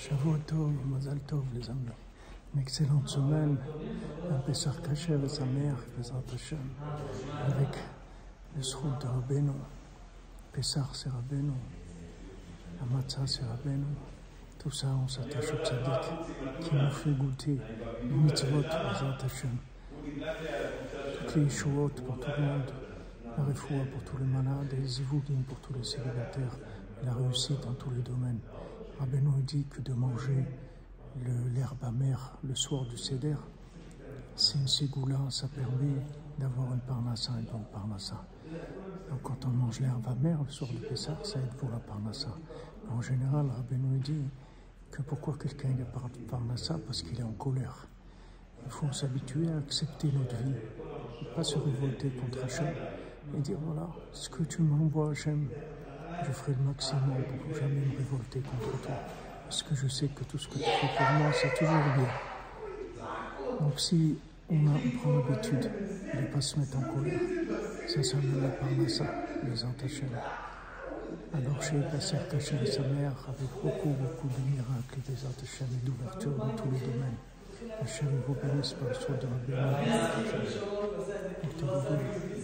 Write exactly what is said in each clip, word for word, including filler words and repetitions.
Shavuot Tov, Mazal Tov les amis. Une excellente semaine, un Pessah caché avec sa mère, Bezrat Hashem, avec le Srout de Rabbeinu. Pessah c'est Rabbeinu, la Matzah c'est Rabbeinu. Tout ça on s'attache au Tzadik qui nous fait goûter les mitzvot, Bezrat Hashem. Toutes les Yeshuot pour tout le monde, la Refoua pour tous les malades, et les Zivugim pour tous les célibataires, et la réussite dans tous les domaines. Rabbeinu dit que de manger l'herbe amère le soir du Seder, c'est une ségoula, ça permet d'avoir une parnassa, une bonne parnassa. Donc quand on mange l'herbe amère le soir du Pessah, ça aide pour la parnassa. En général, Rabbeinu dit que pourquoi quelqu'un n'a pas de parnassa, parce qu'il est en colère. Il faut s'habituer à accepter notre vie, ne pas se révolter contre Hachem et dire voilà, ce que tu m'envoies Hachem, je ferai le maximum pour ne jamais me révolter contre toi. Parce que je sais que tout ce que tu fais pour moi, c'est toujours bien. Donc si on, a, on prend l'habitude de ne pas se mettre en colère, ça s'amène la parnassa, les Hachem. Alors chez Pessah caché à sa mère, avec beaucoup, beaucoup de miracles, des Hachem et d'ouverture dans tous les domaines. Hachem vous bénisse par le soin de Rabbeinu.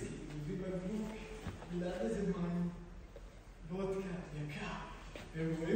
Portez-vous bien.